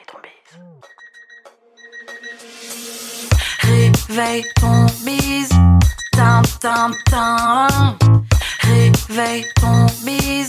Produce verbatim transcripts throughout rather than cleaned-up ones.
ton bise. Réveille ton bise. Tin, tin, tin. Réveille ton bise.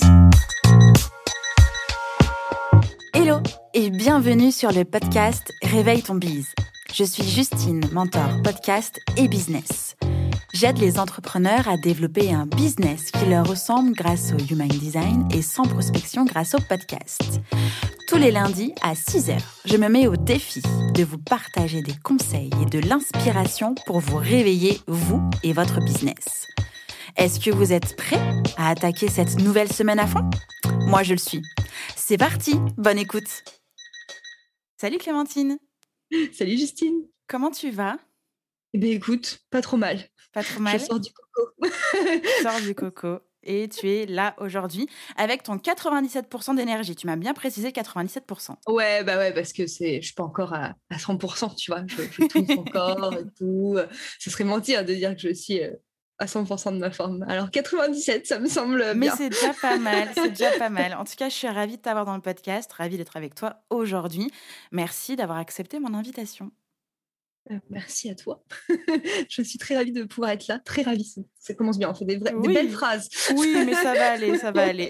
Hello et bienvenue sur le podcast Réveille ton bise. Je suis Justine, mentor podcast et business. J'aide les entrepreneurs à développer un business qui leur ressemble grâce au Human Design et sans prospection grâce au podcast. Tous les lundis à six heures, je me mets au défi de vous partager des conseils et de l'inspiration pour vous réveiller, vous et votre business. Est-ce que vous êtes prêts à attaquer cette nouvelle semaine à fond ? Moi, je le suis. C'est parti, bonne écoute. Salut Clémentine. Salut Justine. Comment tu vas ? Eh bien écoute, pas trop mal. Pas trop mal. Je sors du coco. Tu sors du coco et tu es là aujourd'hui avec ton quatre-vingt-dix-sept pour cent d'énergie. Tu m'as bien précisé quatre-vingt-dix-sept pour cent. Ouais, bah ouais, parce que c'est, je suis pas encore à, à cent pour cent, tu vois. Je, je tousse encore et tout. Ce serait mentir de dire que je suis à cent pour cent de ma forme. Alors quatre-vingt-dix-sept, ça me semble bien. Mais c'est déjà pas mal, c'est déjà pas mal. En tout cas, je suis ravie de t'avoir dans le podcast, ravie d'être avec toi aujourd'hui. Merci d'avoir accepté mon invitation. Euh, merci à toi. Je suis très ravie de pouvoir être là, très ravie. Ça commence bien, on fait des, vrais, Oui. des belles phrases. Oui, mais ça va aller, ça va aller.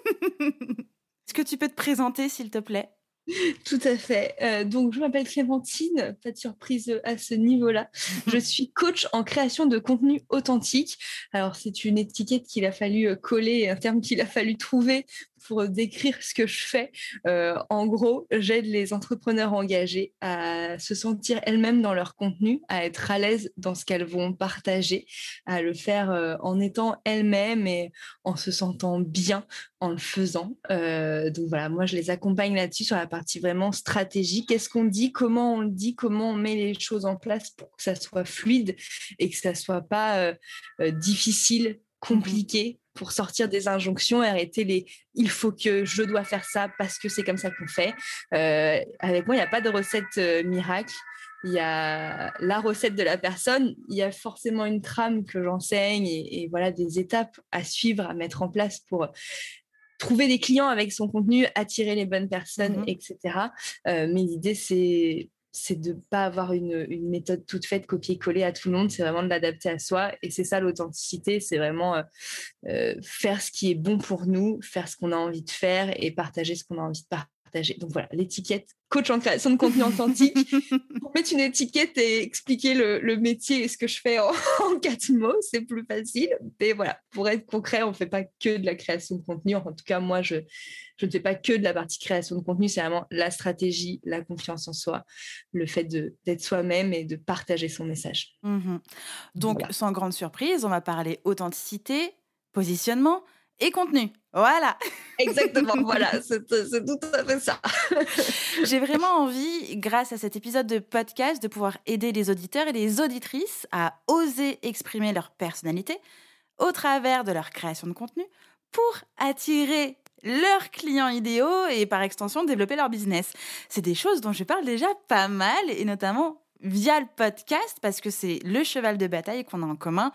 Est-ce que tu peux te présenter, s'il te plaît ? Tout à fait. Euh, donc, je m'appelle Clémentine, pas de surprise à ce niveau-là. Je suis coach en création de contenu authentique. Alors, c'est une étiquette qu'il a fallu coller, un terme qu'il a fallu trouver pour décrire ce que je fais. Euh, en gros, j'aide les entrepreneurs engagés à se sentir elles-mêmes dans leur contenu, à être à l'aise dans ce qu'elles vont partager, à le faire euh, en étant elles-mêmes et en se sentant bien en le faisant. Euh, donc voilà, moi, je les accompagne là-dessus sur la partie vraiment stratégique. Qu'est-ce qu'on dit, comment on le dit, comment on met les choses en place pour que ça soit fluide et que ça soit pas euh, euh, difficile, compliqué, mmh. pour sortir des injonctions et arrêter les « il faut que je dois faire ça parce que c'est comme ça qu'on fait euh, ». Avec moi, il n'y a pas de recette euh, miracle. Il y a la recette de la personne, il y a forcément une trame que j'enseigne et, et voilà des étapes à suivre, à mettre en place pour trouver des clients avec son contenu, attirer les bonnes personnes, mmh. et cetera. Euh, mais l'idée, c'est, c'est de ne pas avoir une, une méthode toute faite, copier-coller à tout le monde. C'est vraiment de l'adapter à soi. Et c'est ça, l'authenticité. C'est vraiment euh, euh, faire ce qui est bon pour nous, faire ce qu'on a envie de faire et partager ce qu'on a envie de partager. Donc voilà, l'étiquette coach en création de contenu authentique. Pour mettre une étiquette et expliquer le, le métier et ce que je fais en, en quatre mots, c'est plus facile. Mais voilà, pour être concret, on ne fait pas que de la création de contenu. En tout cas, moi, je, je ne fais pas que de la partie création de contenu. C'est vraiment la stratégie, la confiance en soi, le fait de, d'être soi-même et de partager son message. Mmh. Donc, voilà. Sans grande surprise, on va parler authenticité, positionnement et contenu. Voilà. Exactement, voilà, c'est, c'est tout à fait ça. J'ai vraiment envie, grâce à cet épisode de podcast, de pouvoir aider les auditeurs et les auditrices à oser exprimer leur personnalité au travers de leur création de contenu pour attirer leurs clients idéaux et par extension développer leur business. C'est des choses dont je parle déjà pas mal et notamment via le podcast parce que c'est le cheval de bataille qu'on a en commun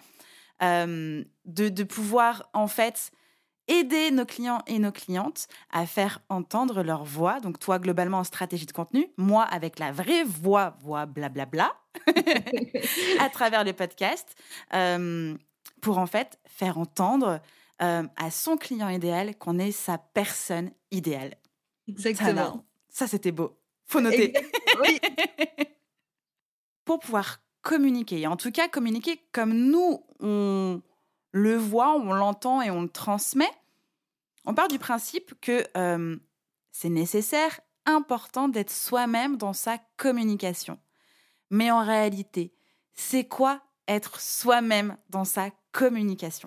euh, de, de pouvoir en fait aider nos clients et nos clientes à faire entendre leur voix. Donc, toi, globalement, en stratégie de contenu. Moi, avec la vraie voix, voix blablabla, à travers le podcast, euh, pour en fait faire entendre euh, à son client idéal qu'on est sa personne idéale. Exactement. Ça, ça c'était beau. Faut noter. Oui. Pour pouvoir communiquer, et en tout cas communiquer comme nous, on le voit, on l'entend et on le transmet, on part du principe que euh, c'est nécessaire, important d'être soi-même dans sa communication. Mais en réalité, c'est quoi être soi-même dans sa communication ?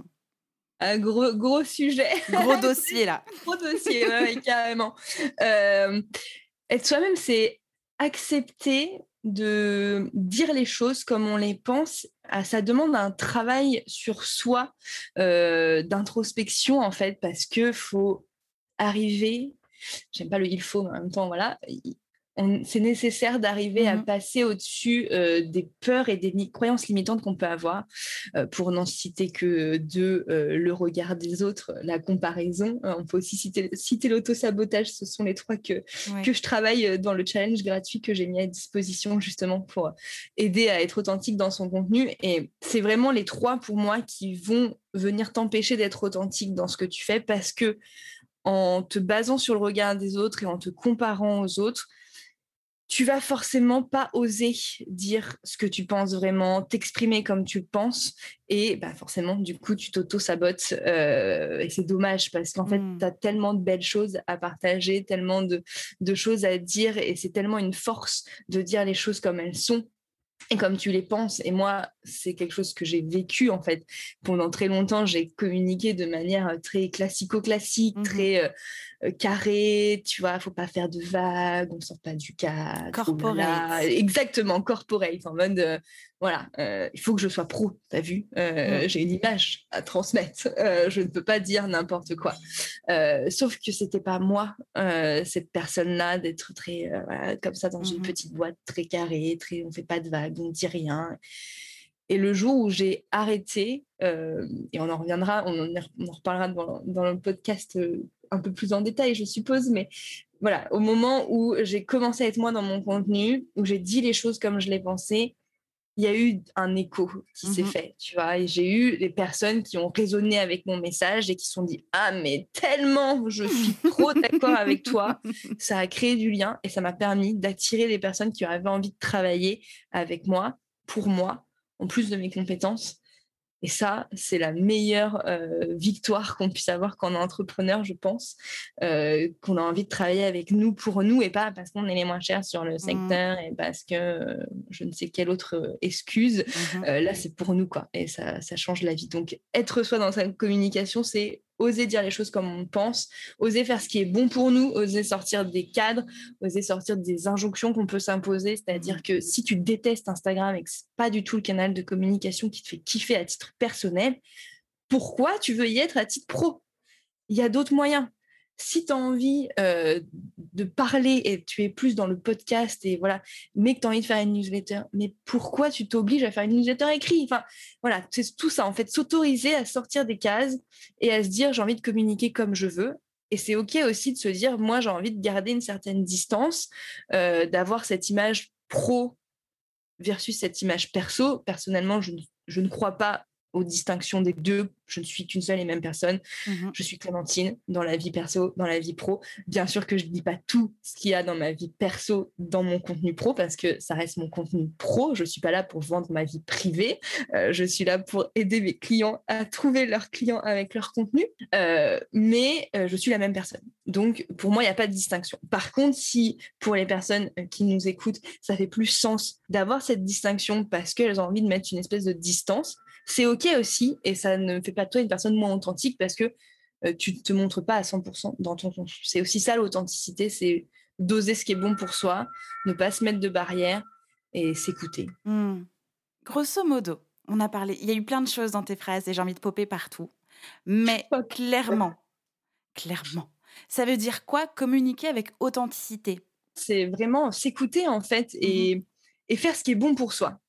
Un gros, gros sujet. Gros dossier, là. Gros dossier, ouais, ouais, carrément. Euh, être soi-même, c'est accepter de dire les choses comme on les pense. Ah, ça demande un travail sur soi, euh, d'introspection, en fait, parce qu'il faut arriver, j'aime pas le « il faut », mais en même temps, voilà, on, c'est nécessaire d'arriver Mmh à mh. passer au-dessus euh, des peurs et des ni- croyances limitantes qu'on peut avoir, euh, pour n'en citer que deux, euh, le regard des autres, la comparaison. Euh, on peut aussi citer, citer l'auto-sabotage. Ce sont les trois que, Ouais. que je travaille dans le challenge gratuit que j'ai mis à disposition justement pour aider à être authentique dans son contenu. Et c'est vraiment les trois pour moi qui vont venir t'empêcher d'être authentique dans ce que tu fais, parce que en te basant sur le regard des autres et en te comparant aux autres, tu vas forcément pas oser dire ce que tu penses vraiment, t'exprimer comme tu le penses, et bah forcément, du coup, tu t'auto-sabotes, euh, et c'est dommage parce qu'en fait, tu Mmh. as tellement de belles choses à partager, tellement de, de choses à dire, et c'est tellement une force de dire les choses comme elles sont et comme tu les penses. Et moi, c'est quelque chose que j'ai vécu, en fait. Pendant très longtemps, j'ai communiqué de manière très classico-classique, Mmh mh. très euh, euh, carrée. Tu vois, faut pas faire de vagues, on sort pas du cadre. Oh là là, Corporate. exactement, corporate, en mode, euh, voilà, euh, il faut que je sois pro, t'as vu. Mmh. Euh, j'ai une image à transmettre. Euh, je ne peux pas dire n'importe quoi. Euh, sauf que c'était pas moi, euh, cette personne-là, d'être très euh, voilà, comme ça dans Mmh une mh. petite boîte très carrée, très, on fait pas de vagues, on dit rien. Et le jour où j'ai arrêté, euh, et on en reviendra, on en, on en reparlera dans, dans le podcast euh, un peu plus en détail, je suppose, mais voilà, au moment où j'ai commencé à être moi dans mon contenu, où j'ai dit les choses comme je les pensais, il y a eu un écho qui s'est Mmh. fait, tu vois, et j'ai eu des personnes qui ont résonné avec mon message et qui se sont dit ah mais tellement je suis trop d'accord avec toi. Ça a créé du lien et ça m'a permis d'attirer des personnes qui avaient envie de travailler avec moi, pour moi, en plus de mes compétences. Et ça, c'est la meilleure euh, victoire qu'on puisse avoir quand on est entrepreneur, je pense, euh, qu'on a envie de travailler avec nous pour nous et pas parce qu'on est les moins chers sur le Mmh. secteur et parce que euh, je ne sais quelle autre euh, excuse. Mmh mh. Euh, là, c'est pour nous, quoi. Et ça, ça change la vie. Donc, être soi dans sa communication, c'est oser dire les choses comme on pense, oser faire ce qui est bon pour nous, oser sortir des cadres, oser sortir des injonctions qu'on peut s'imposer. Mmh. C'est-à-dire que si tu détestes Instagram et que c'est pas du tout le canal de communication qui te fait kiffer à titre personnel, pourquoi tu veux y être à titre pro? Il y a d'autres moyens. Si tu as envie euh, de parler et tu es plus dans le podcast et voilà, mais que tu as envie de faire une newsletter, mais pourquoi tu t'obliges à faire une newsletter écrite? Enfin, voilà, c'est tout ça en fait, s'autoriser à sortir des cases et à se dire j'ai envie de communiquer comme je veux. Et c'est OK aussi de se dire moi j'ai envie de garder une certaine distance, euh, d'avoir cette image pro versus cette image perso. Personnellement, je ne, je ne crois pas aux distinctions des deux. Je ne suis qu'une seule et même personne. Mmh. Je suis Clémentine dans la vie perso, dans la vie pro. Bien sûr que je ne dis pas tout ce qu'il y a dans ma vie perso, dans mon contenu pro, parce que ça reste mon contenu pro. Je ne suis pas là pour vendre ma vie privée. Euh, je suis là pour aider mes clients à trouver leurs clients avec leur contenu. Euh, mais euh, je suis la même personne. Donc, pour moi, il n'y a pas de distinction. Par contre, si pour les personnes qui nous écoutent, ça fait plus sens d'avoir cette distinction parce qu'elles ont envie de mettre une espèce de distance, c'est OK aussi. Et ça ne fait pas de toi une personne moins authentique parce que euh, tu ne te montres pas à cent pour cent dans ton contenu. C'est aussi ça l'authenticité, c'est d'oser ce qui est bon pour soi, ne pas se mettre de barrières et s'écouter. Mmh. Grosso modo, on a parlé il y a eu plein de choses dans tes phrases et j'ai envie de popper partout. Mais clairement, clairement, ça veut dire quoi communiquer avec authenticité? C'est vraiment s'écouter en fait Mmh mh. et, et faire ce qui est bon pour soi.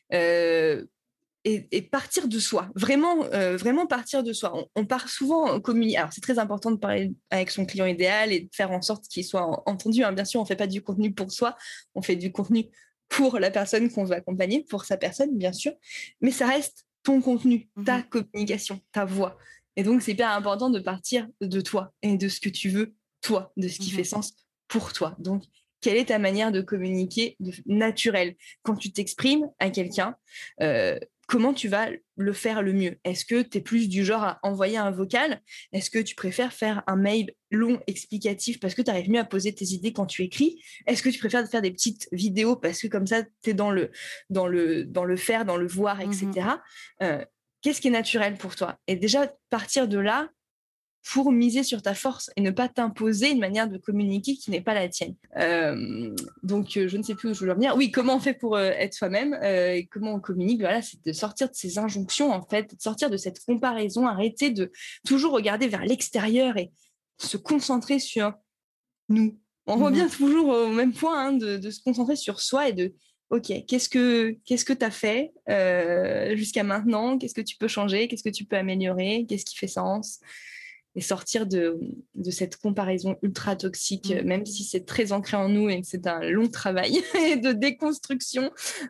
Euh, et, et partir de soi, vraiment, euh, vraiment partir de soi. On, on part souvent en communication. Alors, c'est très important de parler avec son client idéal et de faire en sorte qu'il soit en- entendu, hein. Bien sûr, on ne fait pas du contenu pour soi, on fait du contenu pour la personne qu'on veut accompagner, pour sa personne, bien sûr. Mais ça reste ton contenu, ta Mmh. communication, ta voix. Et donc, c'est hyper important de partir de toi et de ce que tu veux, toi, de ce qui fait Mmh. sens pour toi. Donc, quelle est ta manière de communiquer de, naturelle quand tu t'exprimes à quelqu'un? euh, Comment tu vas le faire le mieux? Est-ce que tu es plus du genre à envoyer un vocal? Est-ce que tu préfères faire un mail long, explicatif, parce que tu arrives mieux à poser tes idées quand tu écris? Est-ce que tu préfères faire des petites vidéos parce que comme ça, tu es dans le, dans, le, dans le faire, dans le voir, Mmh. et cetera. Euh, Qu'est-ce qui est naturel pour toi? Et déjà, partir de là, pour miser sur ta force et ne pas t'imposer une manière de communiquer qui n'est pas la tienne. Euh, donc, euh, je ne sais plus où je veux revenir. Oui, comment on fait pour euh, être soi-même euh, et comment on communique? Voilà, c'est de sortir de ces injonctions, en fait, de sortir de cette comparaison, arrêter de toujours regarder vers l'extérieur et se concentrer sur nous. On Mmh revient mh. toujours au même point, hein, de de se concentrer sur soi et de OK, qu'est-ce que qu'est-ce que tu as fait, heu, jusqu'à maintenant? Qu'est-ce que tu peux changer? Qu'est-ce que tu peux améliorer? Qu'est-ce qui fait sens? Et sortir de de cette comparaison ultra toxique, Mmh. même si c'est très ancré en nous et que c'est un long travail et de déconstruction,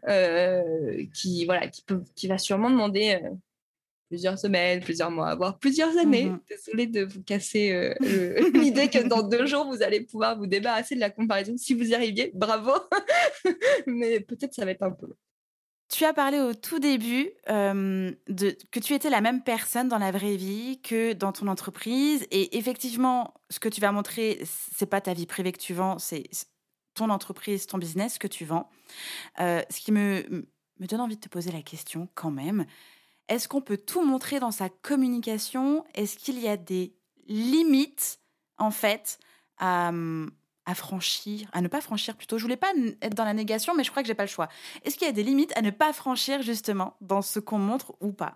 heu, qui voilà, qui peut qui va sûrement demander, heu, plusieurs semaines, plusieurs mois, voire plusieurs Mmh années. mh. Désolée de vous casser, heu, le l'idée que dans deux jours, vous allez pouvoir vous débarrasser de la comparaison. Si vous y arriviez, bravo! Mais peut-être ça va être un peu long. Tu as parlé au tout début, hem, de que tu étais la même personne dans la vraie vie que dans ton entreprise et effectivement, ce que tu vas montrer, c'est pas ta vie privée que tu vends, c'est c ton entreprise, ton business que tu vends. Heu, ce qui me m me donne envie de te poser la question quand même. Est-ce qu'on peut tout montrer dans sa communication? Est-ce qu'il y a des limites, en fait, à, mmh, à franchir, à ne pas franchir plutôt? Je voulais pas n être dans la négation, mais je crois que j'ai pas le choix. Est-ce qu'il y a des limites à ne pas franchir justement dans ce qu'on montre ou pas?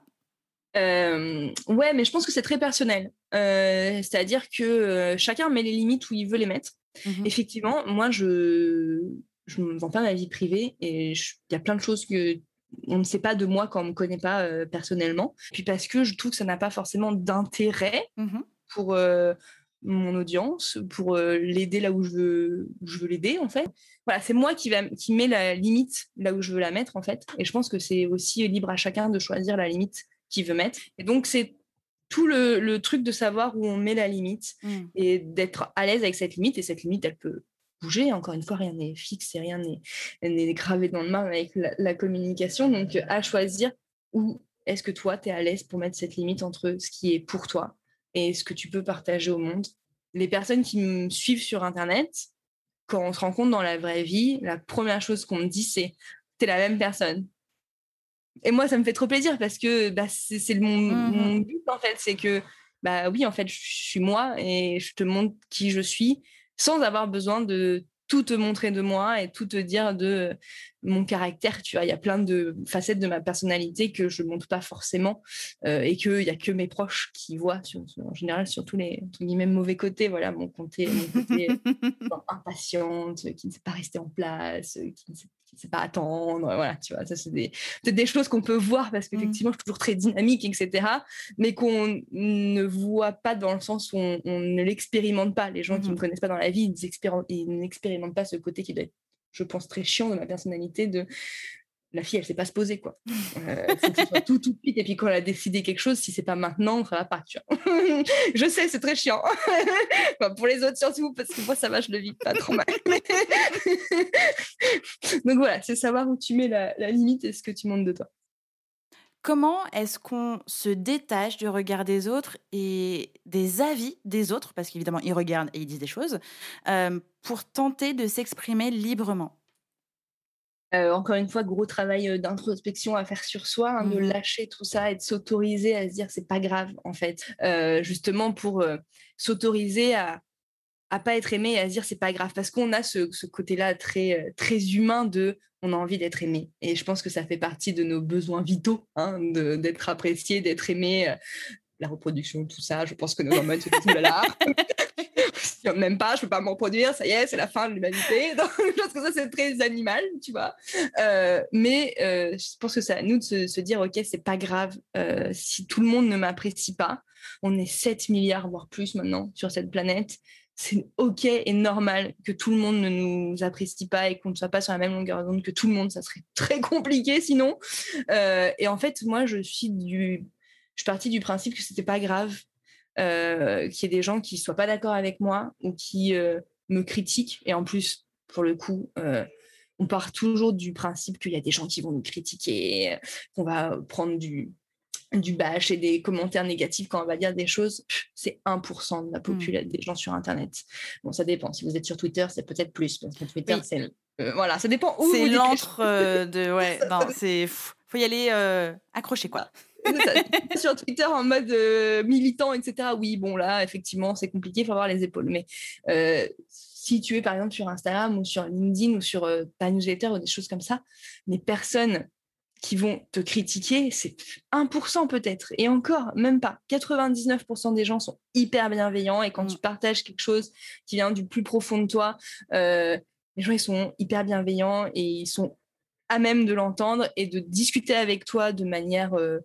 Hem, ouais, mais je pense que c'est très personnel. Heu, c'est-à-dire que, heu, chacun met les limites où il veut les mettre. Mmh mh. Effectivement, moi, je je ne vends pas ma vie privée et je il y a plein de choses que on ne sait pas de moi quand on me connaît pas, heu, personnellement. Puis parce que je trouve que ça n'a pas forcément d'intérêt Mmh. pour, heu, mon audience, pour, heu, l'aider là où je veux où je veux l'aider, en fait. Voilà, c'est moi qui va qui met la limite là où je veux la mettre, en fait, et je pense que c'est aussi libre à chacun de choisir la limite qu'il veut mettre, et donc c'est tout le le truc de savoir où on met la limite Mmh. et d'être à l'aise avec cette limite, et cette limite, elle peut bouger. Encore une fois, rien n'est fixe et rien n'est n'est gravé dans le marbre avec la la communication, donc à choisir où est-ce que toi, tu es à l'aise pour mettre cette limite entre ce qui est pour toi et ce que tu peux partager au monde. Les personnes qui me suivent sur internet, quand on se rencontre dans la vraie vie, la première chose qu'on me dit, c'est: «Tu es la même personne». Et moi, ça me fait trop plaisir parce que, bah, c'est c'est mon Mmh mh. mon but, en fait, c'est que, bah, oui, en fait, je suis moi et je te montre qui je suis sans avoir besoin de tout te montrer de moi et tout te dire de mon caractère, tu vois? Il y a plein de facettes de ma personnalité que je montre pas forcément, heu et qu'il y a que mes proches qui voient sur en général sur tous les, entre guillemets, «mauvais côtés», voilà, mon côté mon côté genre impatiente, qui ne sait pas rester en place, qui ne sait qui ne sait pas attendre, voilà, tu vois? Ça, c'est des peut-être des choses qu'on peut voir parce Mmh. qu'effectivement, je suis toujours très dynamique, et cetera, mais qu'on ne voit pas dans le sens où on, on ne l'expérimente pas. Les gens Mmh qui mh. me connaissent pas dans la vie, ils, expéri- ils n'expérimentent pas ce côté qui doit être, je pense, très chiant de ma personnalité, de la fille, elle sait pas se poser, quoi. Euh, Il faut que ce soit tout, tout de suite, et puis quand elle a décidé quelque chose, si c'est pas maintenant, ça va pas, tu vois. Je sais, c'est très chiant. Enfin, pour les autres surtout, parce que moi, ça va, je le vis pas trop mal. Donc voilà, c'est savoir où tu mets la, la limite et ce que tu montres de toi. Comment est-ce qu'on se détache du regard des autres et des avis des autres, parce qu'évidemment ils regardent et ils disent des choses, hem, pour tenter de s'exprimer librement? Euh, encore une fois, gros travail euh, d'introspection à faire sur soi, hein, de Mmh mh. lâcher tout ça et de s'autoriser à se dire c'est pas grave, en fait. Euh, justement pour euh, s'autoriser à à pas être aimé et à se dire c'est pas grave, parce qu'on a ce, ce côté-là très euh, très humain de on a envie d'être aimé, et je pense que ça fait partie de nos besoins vitaux, hein, de- d'être apprécié, d'être aimé, euh, la reproduction, tout ça. Je pense que nos hormones se disent oulala, si on ne m'aime pas, je peux pas me reproduire, ça y est, c'est la fin de l'humanité. Donc, je pense que ça, c'est très animal, tu vois. Euh, mais euh, je pense que c'est à nous de se, se dire, ok, c'est pas grave euh, si tout le monde ne m'apprécie pas. On est sept milliards, voire plus maintenant, sur cette planète. C'est ok et normal que tout le monde ne nous apprécie pas et qu'on ne soit pas sur la même longueur d'onde que tout le monde. Ça serait très compliqué sinon. Euh, et en fait, moi, je suis du, je suis partie du principe que c'était pas grave euh, qu'il y ait des gens qui ne soient pas d'accord avec moi ou qui euh, me critiquent. Et en plus, pour le coup, euh, on part toujours du principe qu'il y a des gens qui vont nous critiquer, qu'on va prendre du, du bâche et des commentaires négatifs quand on va dire des choses. Pff, c'est un pour cent de la Mmh. population des gens sur Internet. Bon, ça dépend. Si vous êtes sur Twitter, c'est peut-être plus, parce que Twitter, Oui, c'est... euh, voilà, ça dépend où c'est vous dites les choses. l'antre, heu, de ouais, ça, ça non, c'est faut y aller, heu, accroché, quoi. C'est ça. Sur Twitter en mode euh, militant, et cetera. Oui, bon, là, effectivement, c'est compliqué, il faut avoir les épaules. Mais euh, si tu es, par exemple, sur Instagram ou sur LinkedIn ou sur euh, ta newsletter ou des choses comme ça, mais personne qui vont te critiquer, c'est un pour cent peut-être. Et encore, même pas. quatre-vingt-dix-neuf pour cent des gens sont hyper bienveillants. Et quand mmh. tu partages quelque chose qui vient du plus profond de toi, euh, les gens, ils sont hyper bienveillants et ils sont à même de l'entendre et de discuter avec toi de manière euh,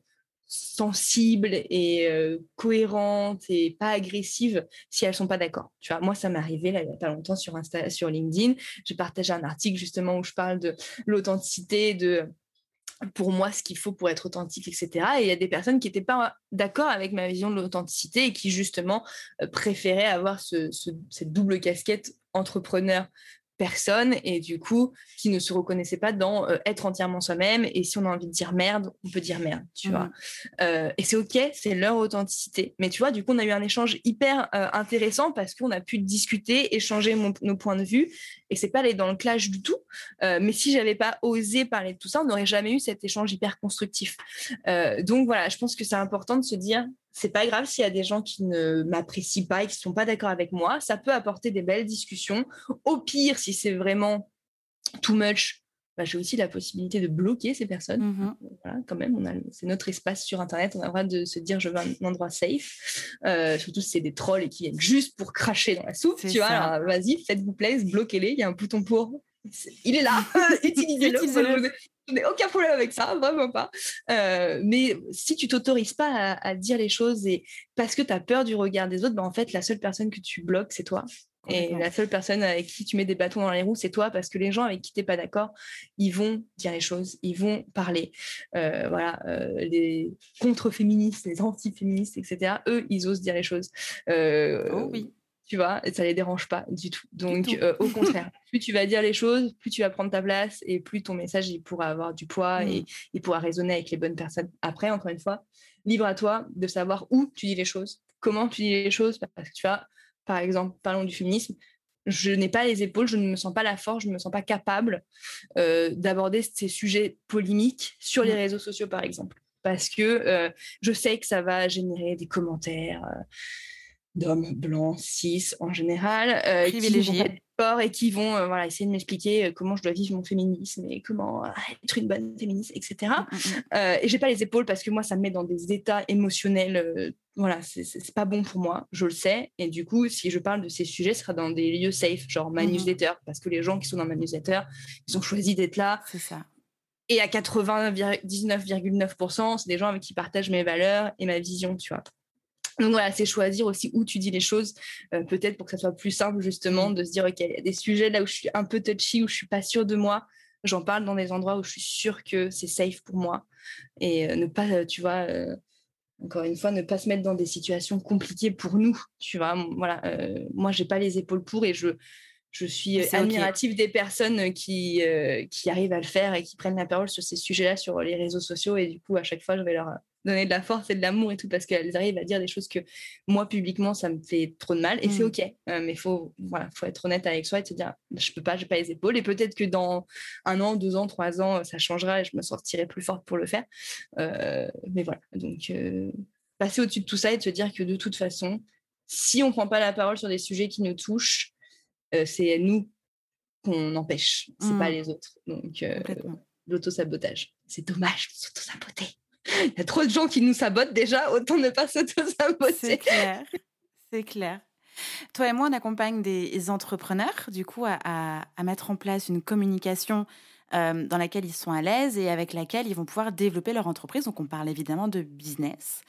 sensible et euh, cohérente et pas agressive si elles sont pas d'accord. Tu vois, moi, ça m'est arrivé là, il y a pas longtemps sur Insta, sur LinkedIn. J'ai partagé un article justement où je parle de l'authenticité, de pour moi ce qu'il faut pour être authentique, et cetera. Et il y a des personnes qui n'étaient pas d'accord avec ma vision de l'authenticité et qui justement euh, préféraient avoir ce, ce, cette double casquette entrepreneur personne et du coup qui ne se reconnaissaient pas dans euh, être entièrement soi-même et si on a envie de dire merde, on peut dire merde, tu mmh. vois. Euh, et c'est ok, c'est leur authenticité. Mais tu vois, du coup, on a eu un échange hyper euh, intéressant parce qu'on a pu discuter, échanger mon, nos points de vue et c'est pas aller dans le clash du tout. Euh, mais si j'avais pas osé parler de tout ça, on n'aurait jamais eu cet échange hyper constructif. Euh, donc voilà, je pense que c'est important de se dire c'est pas grave s'il y a des gens qui ne m'apprécient pas et qui sont pas d'accord avec moi. Ça peut apporter des belles discussions. Au pire, si c'est vraiment too much, bah, j'ai aussi la possibilité de bloquer ces personnes. Mm-hmm. Voilà, quand même, on a, c'est notre espace sur Internet. On a le droit de se dire je veux un endroit safe. Euh, surtout si c'est des trolls et qui viennent juste pour cracher dans la soupe. C'est tu ça. vois, alors vas-y, faites-vous plaisir, bloquez-les. Il y a un bouton pour. Il est là, utilisez-le. Utilisez-le. Je n'ai aucun problème avec ça, vraiment pas. Euh, mais si tu t'autorises pas à, à dire les choses et parce que tu as peur du regard des autres, bah en fait, la seule personne que tu bloques, c'est toi. Et la seule personne avec qui tu mets des bâtons dans les roues, c'est toi, parce que les gens avec qui tu n'es pas d'accord, ils vont dire les choses, ils vont parler. Euh, voilà, euh, les contre-féministes, les anti-féministes, et cetera, eux, ils osent dire les choses. Euh, oh oui. Tu vois, et ça les dérange pas du tout. Donc, du tout. Euh, au contraire, plus tu vas dire les choses, plus tu vas prendre ta place et plus ton message, il pourra avoir du poids mmh. et il pourra résonner avec les bonnes personnes. Après, encore une fois, libre à toi de savoir où tu dis les choses, comment tu dis les choses. Parce que tu vois, par exemple, parlons du féminisme, je n'ai pas les épaules, je ne me sens pas la force, je ne me sens pas capable euh, d'aborder ces sujets polémiques sur mmh. les réseaux sociaux, par exemple. Parce que euh, je sais que ça va générer des commentaires... Euh, d'hommes blancs, cis en général, euh, privilégiés, qui vont et qui vont euh, voilà, essayer de m'expliquer euh, comment je dois vivre mon féminisme et comment euh, être une bonne féministe, et cetera. Mm, mm. Euh, et j'ai pas les épaules parce que moi, ça me met dans des états émotionnels. Euh, voilà, c'est, c'est, c'est pas bon pour moi, je le sais. Et du coup, si je parle de ces sujets, ce sera dans des lieux safe, genre ma mm. newsletter, parce que les gens qui sont dans ma newsletter, ils ont choisi d'être là. C'est ça. Et à quatre-vingt-dix-neuf virgule neuf pour cent, c'est des gens avec qui partagent mes valeurs et ma vision, tu vois. Donc voilà, c'est choisir aussi où tu dis les choses, euh, peut-être pour que ça soit plus simple justement de se dire ok, il y a des sujets là où je suis un peu touchy, où je suis pas sûre de moi, j'en parle dans des endroits où je suis sûre que c'est safe pour moi et euh, ne pas, euh, tu vois, euh, encore une fois, ne pas se mettre dans des situations compliquées pour nous, tu vois. Voilà, euh, moi j'ai pas les épaules pour et je je suis c'est admirative okay. des personnes qui euh, qui arrivent à le faire et qui prennent la parole sur ces sujets-là sur les réseaux sociaux et du coup à chaque fois je vais leur donner de la force et de l'amour et tout parce qu'elles arrivent à dire des choses que moi publiquement ça me fait trop de mal et mmh. c'est ok euh, mais faut voilà faut être honnête avec soi et se dire je peux pas j'ai pas les épaules et peut-être que dans un an deux ans trois ans ça changera et je me sortirai plus forte pour le faire euh, mais voilà donc euh, passer au-dessus de tout ça et de se dire que de toute façon si on prend pas la parole sur des sujets qui nous touchent euh, c'est nous qu'on empêche c'est mmh. pas les autres donc euh, l'auto-sabotage c'est dommage de s'auto-saboter. Il y a trop de gens qui nous sabotent déjà, autant ne pas s'auto-saboter. C'est clair, c'est clair. Toi et moi, on accompagne des entrepreneurs, du coup, à, à, à mettre en place une communication euh, dans laquelle ils sont à l'aise et avec laquelle ils vont pouvoir développer leur entreprise. Donc, on parle évidemment de business.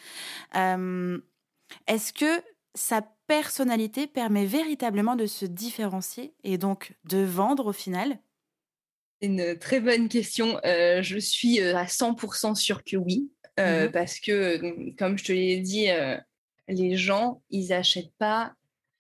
Euh, est-ce que sa personnalité permet véritablement de se différencier et donc de vendre au final ? C'est une très bonne question. Euh, je suis à cent pour cent sûre que oui. Euh, mmh. Parce que, comme je te l'ai dit, euh, les gens, ils n'achètent pas,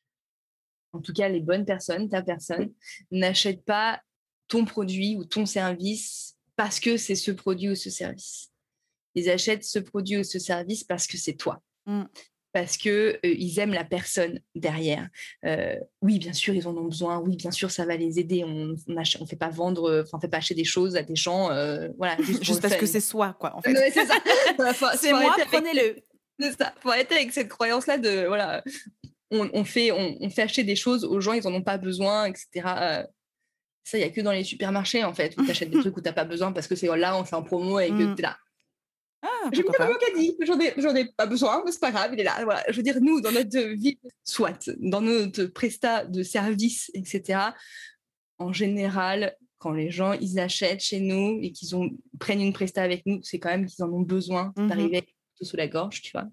en tout cas les bonnes personnes, ta personne, n'achètent pas ton produit ou ton service parce que c'est ce produit ou ce service. Ils achètent ce produit ou ce service parce que c'est toi. Mmh. Parce qu'ils euh, aiment la personne derrière. Euh, oui, bien sûr, ils en ont besoin. Oui, bien sûr, ça va les aider. On ne on fait pas vendre, on fait pas acheter des choses à des gens. Euh, voilà, juste, juste parce fun. Que c'est soi, quoi, en fait. Ouais, c'est ça. faut, c'est moi, prenez-le. C'est ça. Faut arrêter avec cette croyance-là de, voilà, on, on, fait, on, on fait acheter des choses aux gens, ils en ont pas besoin, et cetera. Euh, Ça, il n'y a que dans les supermarchés, en fait, où tu achètes des trucs où tu n'as pas besoin parce que c'est là, on fait en promo et que Mm. tu es là. Ah, J'ai mis pourquoi le pas. caddie, j'en ai, j'en ai pas besoin, mais c'est pas grave, il est là. Voilà. Je veux dire, nous, dans notre vie, soit, dans notre prestat de service, et cetera, en général, quand les gens, ils achètent chez nous et qu'ils ont, prennent une presta avec nous, c'est quand même qu'ils en ont besoin Mhm. d'arriver avec tout sous la gorge, tu vois.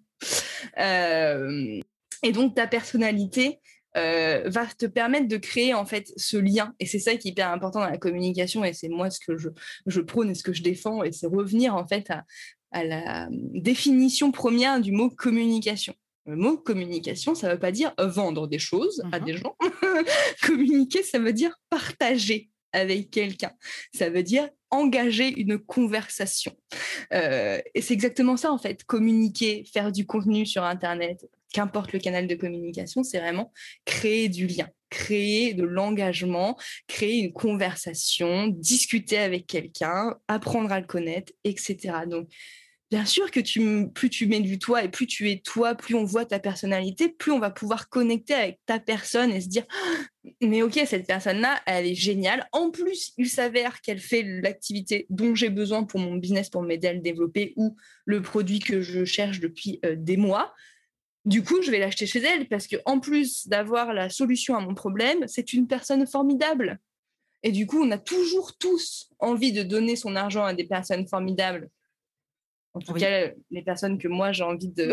Euh, et donc, ta personnalité euh, va te permettre de créer en fait ce lien. Et c'est ça qui est hyper important dans la communication. Et c'est moi ce que je, je prône et ce que je défends. Et c'est revenir en fait à, à la définition première du mot communication. Le mot communication, ça ne veut pas dire vendre des choses à Mhm. des gens. Communiquer, ça veut dire partager avec quelqu'un. Ça veut dire engager une conversation. Euh, et c'est exactement ça, en fait. Communiquer, faire du contenu sur Internet, qu'importe le canal de communication, c'est vraiment créer du lien, créer de l'engagement, créer une conversation, discuter avec quelqu'un, apprendre à le connaître, et cetera. Donc, bien sûr que tu, plus tu mets du toi et plus tu es toi, plus on voit ta personnalité, plus on va pouvoir connecter avec ta personne et se dire oh, mais ok, cette personne-là, elle est géniale. En plus, il s'avère qu'elle fait l'activité dont j'ai besoin pour mon business, pour m'aider à le développer ou le produit que je cherche depuis euh, des mois. Du coup, je vais l'acheter chez elle parce qu'en plus d'avoir la solution à mon problème, c'est une personne formidable. Et du coup, on a toujours tous envie de donner son argent à des personnes formidables. En tout Oui. cas, les personnes que moi j'ai envie de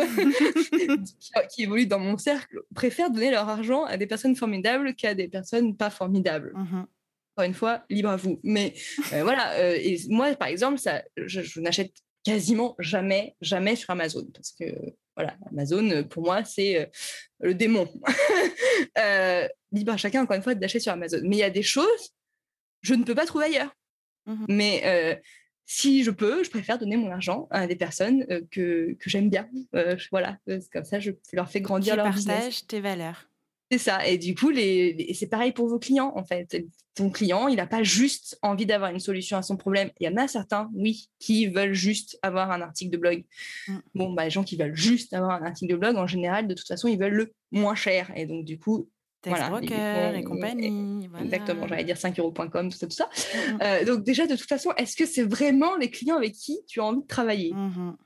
qui évoluent dans mon cercle préfèrent donner leur argent à des personnes formidables qu'à des personnes pas formidables. Mhm. Encore une fois, libre à vous. Mais euh, voilà, euh, et moi par exemple, ça, je, je n'achète quasiment jamais, jamais sur Amazon parce que voilà, Amazon pour moi c'est euh, le démon. euh, libre à chacun encore une fois d'acheter sur Amazon. Mais il y a des choses je ne peux pas trouver ailleurs. Mhm. Mais euh, si je peux, je préfère donner mon argent à des personnes euh, que, que j'aime bien. Euh, je- voilà, euh, comme ça, je leur fais grandir Qui leur business. partage tes valeurs. C'est ça. Et du coup, les, les- c'est pareil pour vos clients, en fait. Ton client, il n'a pas juste envie d'avoir une solution à son problème. Il y en a certains, oui, qui veulent juste avoir un article de blog. Mm. Bon, bah, les gens qui veulent juste avoir un article de blog, en général, de toute façon, ils veulent le moins cher. Et donc, du coup, Text voilà, ils broker et vont- compagnie. Voilà. Exactement, j'allais dire cinq euros point com, tout ça, tout ça. Mm-mm. Euh, donc déjà, de toute façon, est-ce que c'est vraiment les clients avec qui tu as envie de travailler? Mhm.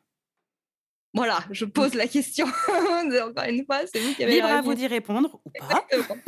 Voilà, je pose la question. Encore une fois, c'est vous qui avez Libre la à vous réponse. d'y répondre ou pas. Exactement.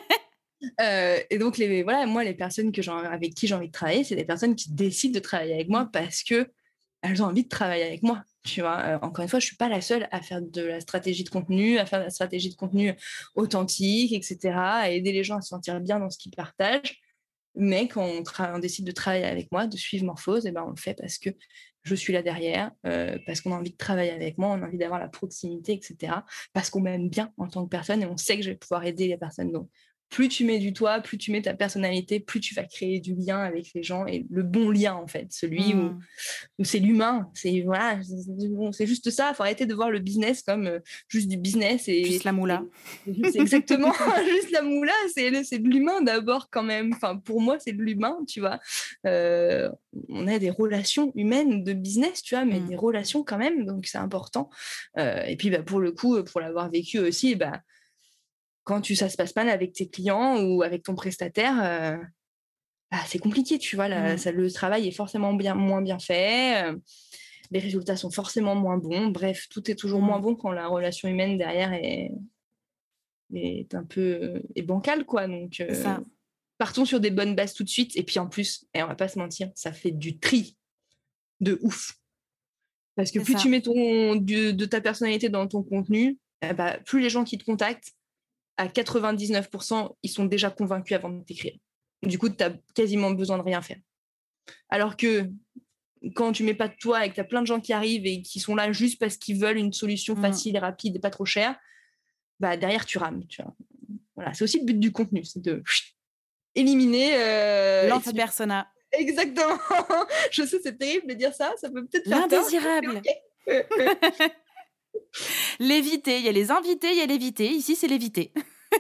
Euh, et donc, les, voilà, moi, les personnes que j'ai, avec qui j'ai envie de travailler, c'est des personnes qui décident de travailler avec moi parce que elles ont envie de travailler avec moi. Tu vois, euh, encore une fois, je suis pas la seule à faire de la stratégie de contenu, à faire de la stratégie de contenu authentique, et cetera, à aider les gens à se sentir bien dans ce qu'ils partagent. Mais quand on, tra- on décide de travailler avec moi, de suivre Morphose, eh ben on le fait parce que je suis là derrière, euh, parce qu'on a envie de travailler avec moi, on a envie d'avoir la proximité, et cetera. Parce qu'on m'aime bien en tant que personne et on sait que je vais pouvoir aider les personnes. Donc, plus tu mets du toi, plus tu mets ta personnalité, plus tu vas créer du lien avec les gens et le bon lien, en fait, celui où, Mm. où c'est l'humain. C'est, voilà, c'est, bon, c'est juste ça. Il faut arrêter de voir le business comme euh, juste du business. Et, Juste la moula. et c'est exactement juste la moula. C'est, c'est de l'humain d'abord, quand même. Enfin, pour moi, c'est de l'humain, tu vois. Euh, on a des relations humaines de business, tu vois, mais Mm. des relations quand même. Donc, c'est important. Euh, et puis, bah, pour le coup, pour l'avoir vécu aussi, bah, quand tu, ça se passe mal avec tes clients ou avec ton prestataire, euh, bah, c'est compliqué, tu vois. Là, Mm. ça, le travail est forcément bien, moins bien fait. Euh, les résultats sont forcément moins bons. Bref, tout est toujours Mm. moins bon quand la relation humaine derrière est, est un peu est bancale, quoi. Donc, C'est euh, ça. partons sur des bonnes bases tout de suite. Et puis en plus, et on va pas se mentir, ça fait du tri de ouf. Parce que C'est plus ça. tu mets ton, de, de ta personnalité dans ton contenu, eh bah, plus les gens qui te contactent, à quatre-vingt-dix-neuf pour cent, ils sont déjà convaincus avant de t'écrire. Du coup, tu as quasiment besoin de rien faire. Alors que quand tu mets pas de toi et que tu as plein de gens qui arrivent et qui sont là juste parce qu'ils veulent une solution Mm. facile et rapide et pas trop chère, bah derrière, tu rames. Tu vois. Voilà, c'est aussi le but du contenu, c'est de éliminer... Euh, L'anti-persona. du... Exactement. Je sais, c'est terrible de dire ça, ça peut peut-être faire peur. L'indésirable. Okay. L'éviter. Il y a les invités, il y a l'éviter. Ici, c'est l'éviter.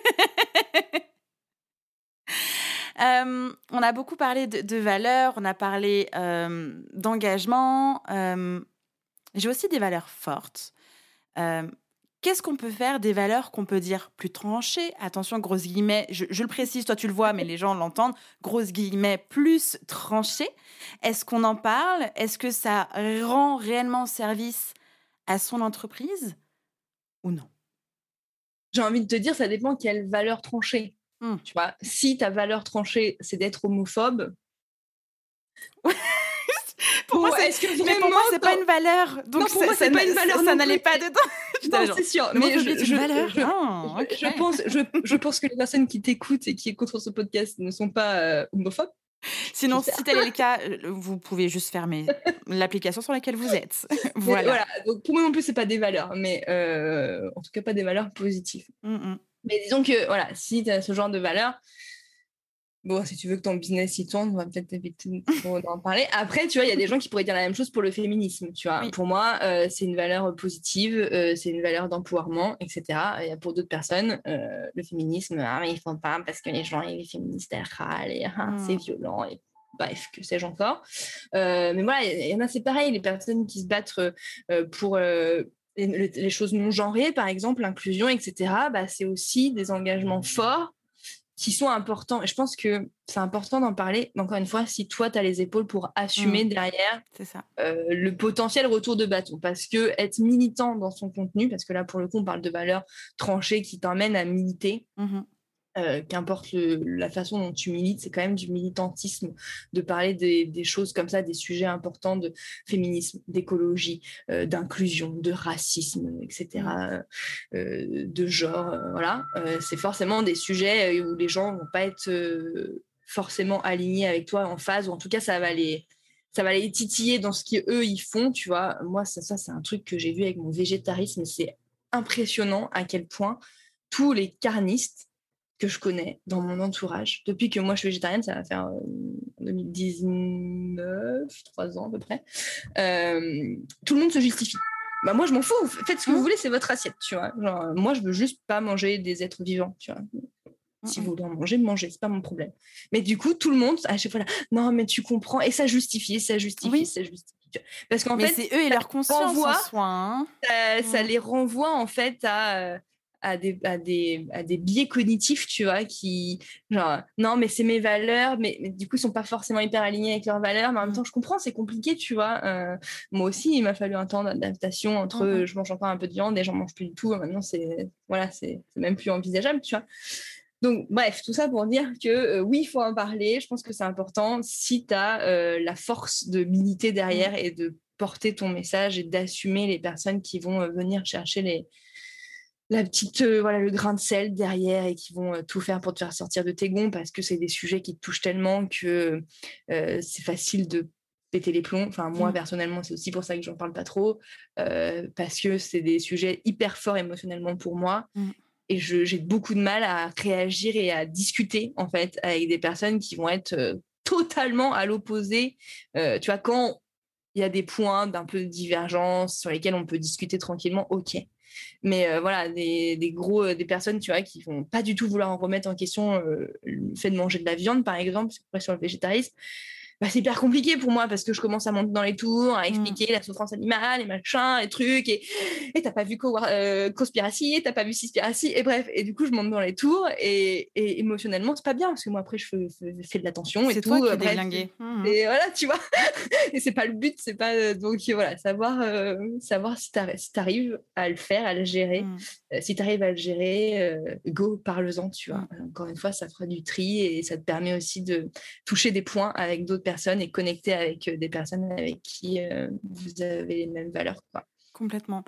euh, on a beaucoup parlé de, de valeurs, on a parlé euh, d'engagement. Euh, j'ai aussi des valeurs fortes. Euh, qu'est-ce qu'on peut faire des valeurs qu'on peut dire plus tranchées? Attention, grosses guillemets, je, je le précise, toi tu le vois, mais les gens l'entendent, grosses guillemets, plus tranchées. Est-ce qu'on en parle? Est-ce que ça rend réellement service à son entreprise ou non? J'ai envie de te dire, ça dépend quelle valeur tranchée. Hmm. Tu vois, si ta valeur tranchée, c'est d'être homophobe. pour bon, moi, c'est, est-ce que mais pour moi, c'est dans... pas une valeur. Donc non, pour ça, moi, c'est ça, pas une valeur. Ça, ça n'allait pas dedans. Non, c'est sûr. Mais je, je, je, valeur. Je, oh, okay. je, je, pense, je, je pense que les personnes qui t'écoutent et qui écoutent ce podcast ne sont pas euh, homophobes. Sinon, si tel est le cas, vous pouvez juste fermer l'application sur laquelle vous êtes. voilà. voilà. Donc, pour moi non plus, c'est pas des valeurs, mais euh, en tout cas, pas des valeurs positives. Mm-mm. Mais disons que, voilà, si tu as ce genre de valeurs, bon, si tu veux que ton business y tourne, on va peut-être éviter d'en parler. Après, tu vois, il y a des gens qui pourraient dire la même chose pour le féminisme, tu vois. Oui. Pour moi, euh, c'est une valeur positive, euh, c'est une valeur d'empowerment, et cetera. Et pour d'autres personnes, euh, le féminisme, ah, mais ils font pas parce que les gens, les féministes, elles râlent, et ah, mm. c'est violent, et bref, que sais-je encore. Euh, mais voilà, il y en a, c'est pareil, les personnes qui se battent euh, pour... Euh, les, les choses non genrées, par exemple, l'inclusion, et cetera, bah, c'est aussi des engagements forts qui sont importants. Et je pense que c'est important d'en parler. Encore une fois, si toi, tu as les épaules pour assumer mmh. derrière c'est ça. Euh, le potentiel retour de bâton. Parce que être militant dans son contenu, parce que là, pour le coup, on parle de valeurs tranchées qui t'emmènent à militer, mmh. Euh, qu'importe le, la façon dont tu milites, c'est quand même du militantisme de parler des, des choses comme ça, des sujets importants de féminisme, d'écologie, euh, d'inclusion, de racisme, et cetera, mmh. euh, de genre, euh, voilà. Euh, c'est forcément des sujets où les gens vont pas être euh, forcément alignés avec toi en phase, ou en tout cas, ça va les... ça va les titiller dans ce qu'eux, ils font, tu vois. Moi, ça, ça, c'est un truc que j'ai vu avec mon végétarisme. C'est impressionnant à quel point tous les carnistes que je connais dans mon entourage, depuis que moi je suis végétarienne, ça va faire euh, deux mille dix-neuf, trois ans à peu près, euh, tout le monde se justifie. Bah moi je m'en fous, faites ce que mmh. vous voulez, c'est votre assiette, tu vois. Genre, moi je veux juste pas manger des êtres vivants, tu vois. Si vous voulez en manger, mangez, c'est pas mon problème. Mais du coup, tout le monde, à chaque fois là, non mais tu comprends, et ça justifie, ça justifie, oui. ça justifie. Parce qu'en mais fait, c'est eux et leur conscience renvoie, en soi. Hein. Ça, mmh. ça les renvoie en fait à... À des, à, des, à des biais cognitifs, tu vois, qui, genre, non, mais c'est mes valeurs, mais, mais du coup, ils sont pas forcément hyper alignés avec leurs valeurs, mais en même temps, je comprends, c'est compliqué, tu vois. Euh, moi aussi, il m'a fallu un temps d'adaptation entre mm-hmm. je mange encore un peu de viande et j'en mange plus du tout. Maintenant, c'est, voilà, c'est, c'est même plus envisageable, tu vois. Donc, bref, tout ça pour dire que euh, oui, il faut en parler. Je pense que c'est important si tu as euh, la force de militer derrière mm. et de porter ton message et d'assumer les personnes qui vont euh, venir chercher les la petite, euh, voilà, le grain de sel derrière et qui vont euh, tout faire pour te faire sortir de tes gonds parce que c'est des sujets qui te touchent tellement que euh, c'est facile de péter les plombs. Enfin, moi, mmh. personnellement, c'est aussi pour ça que j'en parle pas trop euh, parce que c'est des sujets hyper forts émotionnellement pour moi. Mmh. Et je, j'ai beaucoup de mal à réagir et à discuter, en fait, avec des personnes qui vont être euh, totalement à l'opposé. Euh, tu vois, quand il y a des points d'un peu de divergence sur lesquels on peut discuter tranquillement, ok. Mais euh, voilà, des, des gros, euh, des personnes, tu vois, qui vont pas du tout vouloir en remettre en question euh, le fait de manger de la viande, par exemple, parce qu'après sur le végétarisme, bah, c'est hyper compliqué pour moi parce que je commence à monter dans les tours, à expliquer mmh. la souffrance animale, les machins, les trucs, et et t'as pas vu co- euh, Cospiracy, t'as pas vu Cispiracy, et bref, et du coup je monte dans les tours, et, et émotionnellement c'est pas bien parce que moi après je fais, fais, fais de l'attention et c'est tout. C'est toi qui euh, es déglingué. Mmh. Et voilà, tu vois, et c'est pas le but, c'est pas euh, donc voilà, savoir euh, savoir si t'arrives, si t'arrives à le faire, à le gérer, mmh. euh, si t'arrives à le gérer, euh, go, parle-en, tu vois. Mmh. Encore une fois, ça fera du tri et ça te permet aussi de toucher des points avec d'autres personnes et connecter avec des personnes avec qui euh, vous avez les mêmes valeurs, quoi. Complètement.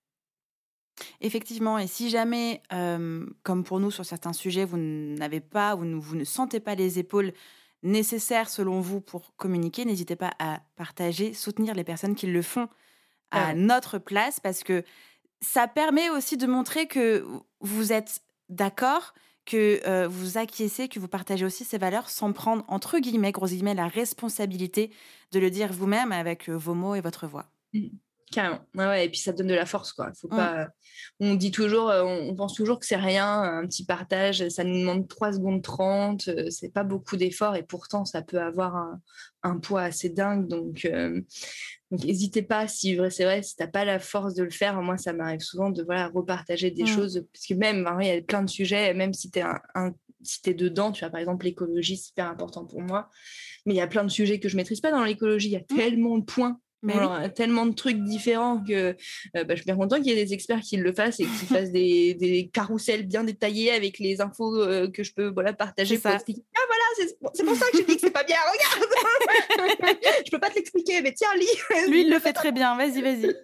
Effectivement, et si jamais, euh, comme pour nous sur certains sujets, vous n'avez pas, vous ne, vous ne sentez pas les épaules nécessaires selon vous pour communiquer, n'hésitez pas à partager, soutenir les personnes qui le font à ouais. notre place, parce que ça permet aussi de montrer que vous êtes d'accord, que euh, vous acquiescez, que vous partagez aussi ces valeurs sans prendre, entre guillemets, gros guillemets, la responsabilité de le dire vous-même avec euh, vos mots et votre voix. Mmh. Carrément. Ouais, ouais, et puis ça te donne de la force, quoi. Faut Mm. pas... On dit toujours, euh, on on pense toujours que c'est rien, un petit partage, ça nous demande trois secondes trente, euh, c'est pas beaucoup d'efforts et pourtant ça peut avoir un, un poids assez dingue. Donc, euh, donc n'hésitez pas, si vrai, c'est vrai, si t'as pas la force de le faire, moi ça m'arrive souvent de voilà, repartager des Mm. choses, parce que même, hein, il y a plein de sujets, même si t'es un, un- si t'es dedans, tu vois, par exemple, l'écologie, c'est super important pour moi, mais il y a plein de sujets que je maîtrise pas dans l'écologie, il y a Mm. tellement de points. Mais Alors, oui. tellement de trucs différents que euh, bah, je suis bien content qu'il y ait des experts qui le fassent et qui fassent des, des carousels bien détaillés avec les infos euh, que je peux voilà, C'est partager pour ça. expliquer. Ah voilà, c'est, c'est pour ça que j'ai dit que c'est pas bien, regarde. Je peux pas te l'expliquer, mais tiens, lis. Lui, il le fait très bien. Vas-y, vas-y.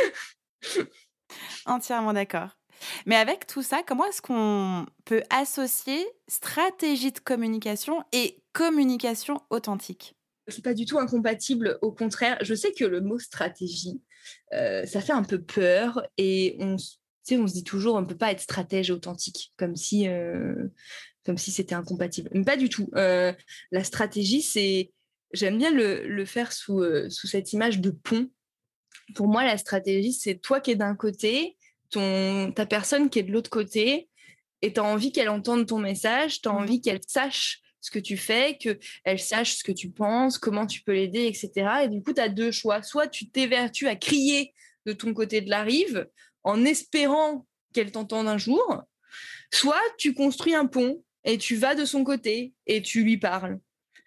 Entièrement d'accord. Mais avec tout ça, comment est-ce qu'on peut associer stratégie de communication et communication authentique? C'est pas du tout incompatible, au contraire. Je sais que le mot stratégie, euh, ça fait un peu peur et on, s- tu sais, on se dit toujours on peut pas être stratège et authentique, comme si, euh, comme si c'était incompatible. Mais pas du tout. Euh, la stratégie, c'est, j'aime bien le, le faire sous, euh, sous cette image de pont. Pour moi, la stratégie, c'est toi qui es d'un côté, ton, ta personne qui est de l'autre côté, et tu as envie qu'elle entende ton message, tu as Mmh. envie qu'elle sache ce que tu fais, qu'elle sache ce que tu penses, comment tu peux l'aider, et cetera. Et du coup, tu as deux choix. Soit tu t'évertues à crier de ton côté de la rive en espérant qu'elle t'entende un jour, soit tu construis un pont et tu vas de son côté et tu lui parles.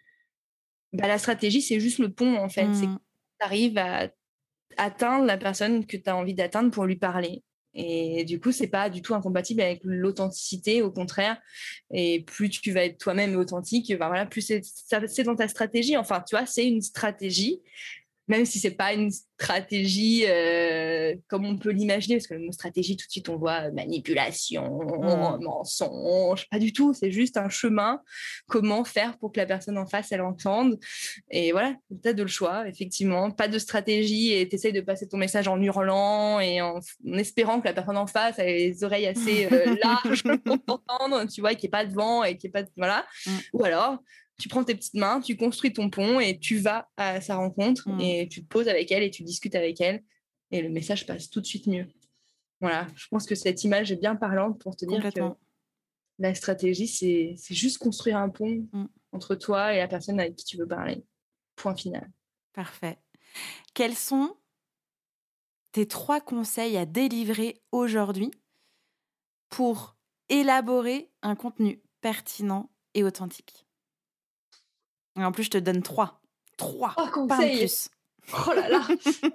Bah, la stratégie, c'est juste le pont, en fait. C'est que Mmh. tu arrives à atteindre la personne que tu as envie d'atteindre pour lui parler. Et du coup, c'est pas du tout incompatible avec l'authenticité, au contraire. Et plus tu vas être toi-même authentique, ben voilà, plus c'est, ça- c'est dans ta stratégie. Enfin, tu vois, c'est une stratégie, même si c'est pas une stratégie euh, comme on peut l'imaginer, parce que le mot stratégie, tout de suite, on voit manipulation, Mmh. mensonge, pas du tout. C'est juste un chemin. Comment faire pour que la personne en face, elle entende. Et voilà, tu as de le choix, effectivement. Pas de stratégie et tu essayes de passer ton message en hurlant et en, en espérant que la personne en face a les oreilles assez euh, larges pour t'entendre, tu vois, et qu'il n'y ait pas de vent et qu'il n'y ait pas de... Voilà. Mmh. Ou alors, tu prends tes petites mains, tu construis ton pont et tu vas à sa rencontre Mmh. et tu te poses avec elle et tu discutes avec elle et le message passe tout de suite mieux. Voilà, je pense que cette image est bien parlante pour te dire que Complètement. la stratégie, c'est, c'est juste construire un pont Mmh. entre toi et la personne avec qui tu veux parler. Point final. Parfait. Quels sont tes trois conseils à délivrer aujourd'hui pour élaborer un contenu pertinent et authentique? Et en plus, je te donne trois. trois, Trois pas un de conseils. plus. Oh là là.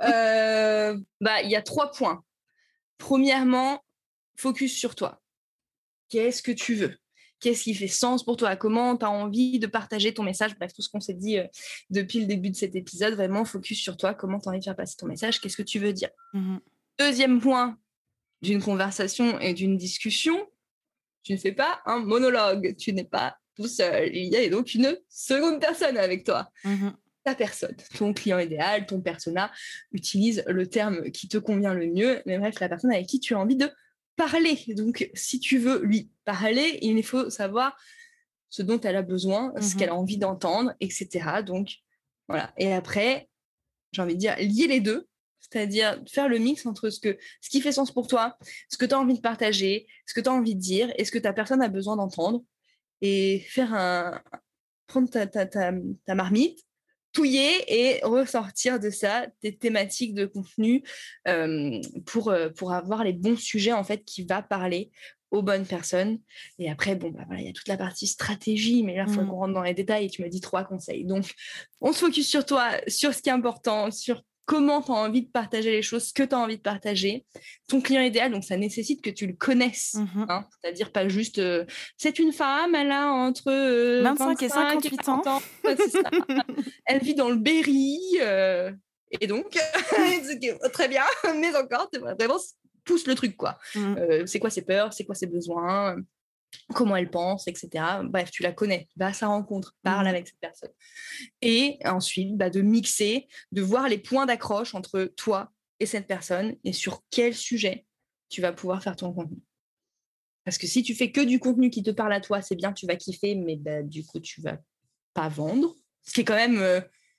Euh, bah, il y a trois points. Premièrement, focus sur toi. Qu'est-ce que tu veux? Qu'est-ce qui fait sens pour toi? Comment tu as envie de partager ton message? Bref, tout ce qu'on s'est dit euh, depuis le début de cet épisode, vraiment focus sur toi. Comment tu as envie de faire passer ton message? Qu'est-ce que tu veux dire? Mmh. Deuxième point d'une conversation et d'une discussion, tu ne fais pas un monologue. Tu n'es pas tout seul. Il y a donc une seconde personne avec toi. Mmh. Ta personne, ton client idéal, ton persona, utilise le terme qui te convient le mieux, mais bref, la personne avec qui tu as envie de parler. Donc, si tu veux lui parler, il faut savoir ce dont elle a besoin, ce Mmh. qu'elle a envie d'entendre, et cetera. Donc, voilà. Et après, j'ai envie de dire, lier les deux, c'est-à-dire faire le mix entre ce, que, ce qui fait sens pour toi, ce que tu as envie de partager, ce que tu as envie de dire, et ce que ta personne a besoin d'entendre, et faire un, prendre ta, ta, ta, ta marmite, touiller et ressortir de ça des thématiques de contenu euh, pour, euh, pour avoir les bons sujets en fait qui va parler aux bonnes personnes. Et après, bon, bah, voilà, il y a toute la partie stratégie, mais là, il faudrait Mmh. qu'on rentre dans les détails et tu m'as dit trois conseils. Donc, on se focus sur toi, sur ce qui est important, sur comment tu as envie de partager les choses, ce que tu as envie de partager. Ton client idéal, donc ça nécessite que tu le connaisses. Mmh. Hein, c'est-à-dire pas juste euh, c'est une femme, elle a entre euh, vingt-cinq et vingt-cinq et cinquante-huit ans. quarante ans. Ouais, c'est ça. Elle vit dans le Berry. euh, et donc, très bien, mais encore, tu vois, vraiment, pousse le truc, quoi. Mmh. Euh, c'est quoi ses peurs, c'est quoi ses besoins, comment elle pense, et cetera. Bref, tu la connais, va à sa rencontre, parle Mmh. avec cette personne. Et ensuite, bah, de mixer, de voir les points d'accroche entre toi et cette personne et sur quel sujet tu vas pouvoir faire ton contenu. Parce que si tu fais que du contenu qui te parle à toi, c'est bien, tu vas kiffer, mais bah, du coup, tu vas pas vendre. Ce qui est quand même euh,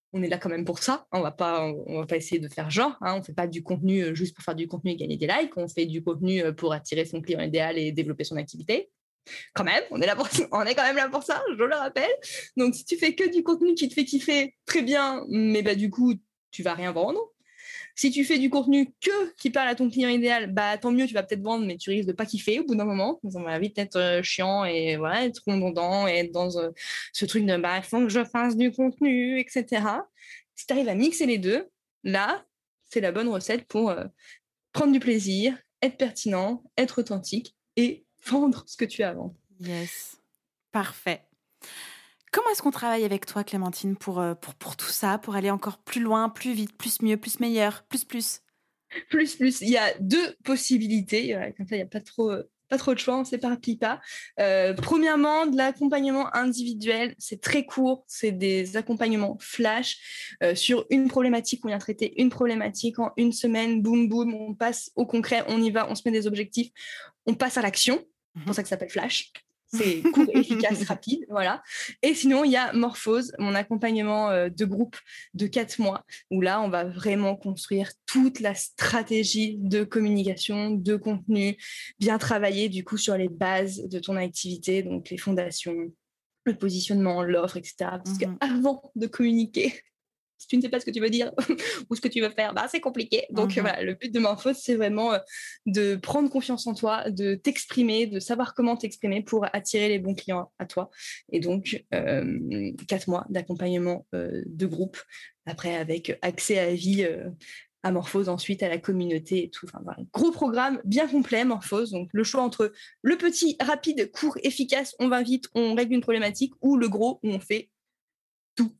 on est là quand même pour ça. On va pas, on va pas essayer de faire genre. Hein. On fait pas du contenu juste pour faire du contenu et gagner des likes. On fait du contenu pour attirer son client idéal et développer son activité. Quand même, on est là pour, on est quand même là pour ça, je le rappelle. Donc, si tu fais que du contenu qui te fait kiffer, très bien, mais bah du coup, tu vas rien vendre. Si tu fais du contenu que qui parle à ton client idéal, bah tant mieux, tu vas peut-être vendre, mais tu risques de pas kiffer au bout d'un moment. Ça va vite être euh, chiant et voilà, être redondant et être dans euh, ce truc de bah il faut que je fasse du contenu, et cetera. Si tu arrives à mixer les deux, là, c'est la bonne recette pour euh, prendre du plaisir, être pertinent, être authentique et vendre ce que tu as à vendre. Yes, parfait. Comment est-ce qu'on travaille avec toi, Clémentine, pour, euh, pour, pour tout ça, pour aller encore plus loin, plus vite, plus mieux, plus meilleur, plus plus Plus, plus. Il y a deux possibilités. Ouais, comme ça, il n'y a pas trop, pas trop de choix, on ne s'éparpille pas. Euh, premièrement, de l'accompagnement individuel. C'est très court. C'est des accompagnements flash euh, sur une problématique. On vient traiter une problématique en une semaine. Boum, boum. On passe au concret. On y va. On se met des objectifs. On passe à l'action. C'est pour ça que ça s'appelle flash. C'est court, efficace, rapide, voilà. Et sinon, il y a Morphose, mon accompagnement euh, de groupe de quatre mois, où là, on va vraiment construire toute la stratégie de communication, de contenu, bien travailler du coup sur les bases de ton activité, donc les fondations, le positionnement, l'offre, et cetera. Parce mm-hmm. qu'avant de communiquer, si tu ne sais pas ce que tu veux dire ou ce que tu veux faire, bah, c'est compliqué. Donc, mm-hmm. voilà, le but de Morphose, c'est vraiment euh, de prendre confiance en toi, de t'exprimer, de savoir comment t'exprimer pour attirer les bons clients à toi. Et donc, euh, quatre mois d'accompagnement euh, de groupe, après avec accès à vie euh, à Morphose, ensuite à la communauté et tout. Enfin, voilà, gros programme bien complet, Morphose. Donc, le choix entre le petit, rapide, court, efficace, on va vite, on règle une problématique, ou le gros, où on fait tout.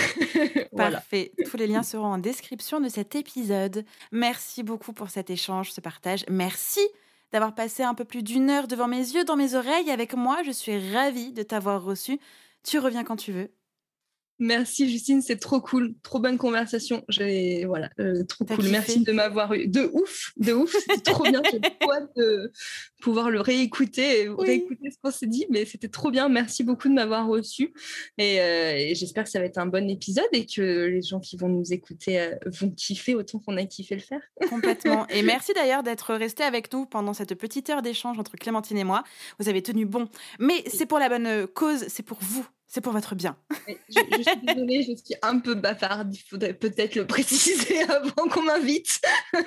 Voilà. Parfait. Tous les liens seront en description de cet épisode. Merci beaucoup pour cet échange, ce partage. Merci d'avoir passé un peu plus d'une heure devant mes yeux, dans mes oreilles avec moi. Je suis ravie de t'avoir reçu. Tu reviens quand tu veux. Merci Justine, c'est trop cool, trop bonne conversation. J'ai voilà, euh, trop T'as cool. Kiffé. Merci de m'avoir eu. De ouf, de ouf, c'était trop bien. J'ai hâte de pouvoir le réécouter, et oui. réécouter ce qu'on s'est dit, mais c'était trop bien. Merci beaucoup de m'avoir reçu et, euh, et j'espère que ça va être un bon épisode et que les gens qui vont nous écouter euh, vont kiffer autant qu'on a kiffé le faire. Complètement. Et merci d'ailleurs d'être resté avec nous pendant cette petite heure d'échange entre Clémentine et moi. Vous avez tenu bon, mais c'est pour la bonne cause, c'est pour vous. C'est pour votre bien. Je, je suis désolée, je suis un peu bavarde. Il faudrait peut-être le préciser avant qu'on m'invite.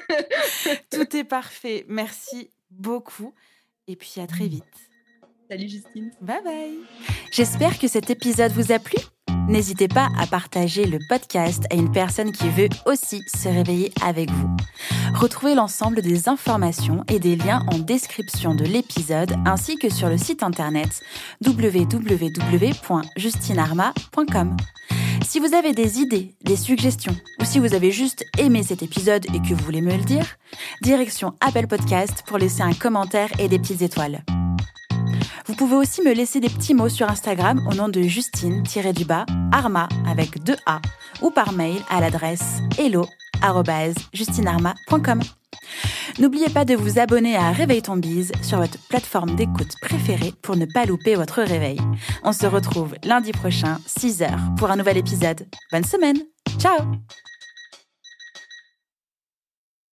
Tout est parfait. Merci beaucoup. Et puis à très vite. Salut Justine. Bye bye. J'espère que cet épisode vous a plu. N'hésitez pas à partager le podcast à une personne qui veut aussi se réveiller avec vous. Retrouvez l'ensemble des informations et des liens en description de l'épisode ainsi que sur le site internet w w w point justine arma point com. Si vous avez des idées, des suggestions ou si vous avez juste aimé cet épisode et que vous voulez me le dire, direction Apple Podcast pour laisser un commentaire et des petites étoiles. Vous pouvez aussi me laisser des petits mots sur Instagram au nom de Justine-Arma avec deux A ou par mail à l'adresse hello arobase justine arma point com. N'oubliez pas de vous abonner à Réveille ton bise sur votre plateforme d'écoute préférée pour ne pas louper votre réveil. On se retrouve lundi prochain, six heures, pour un nouvel épisode. Bonne semaine. Ciao!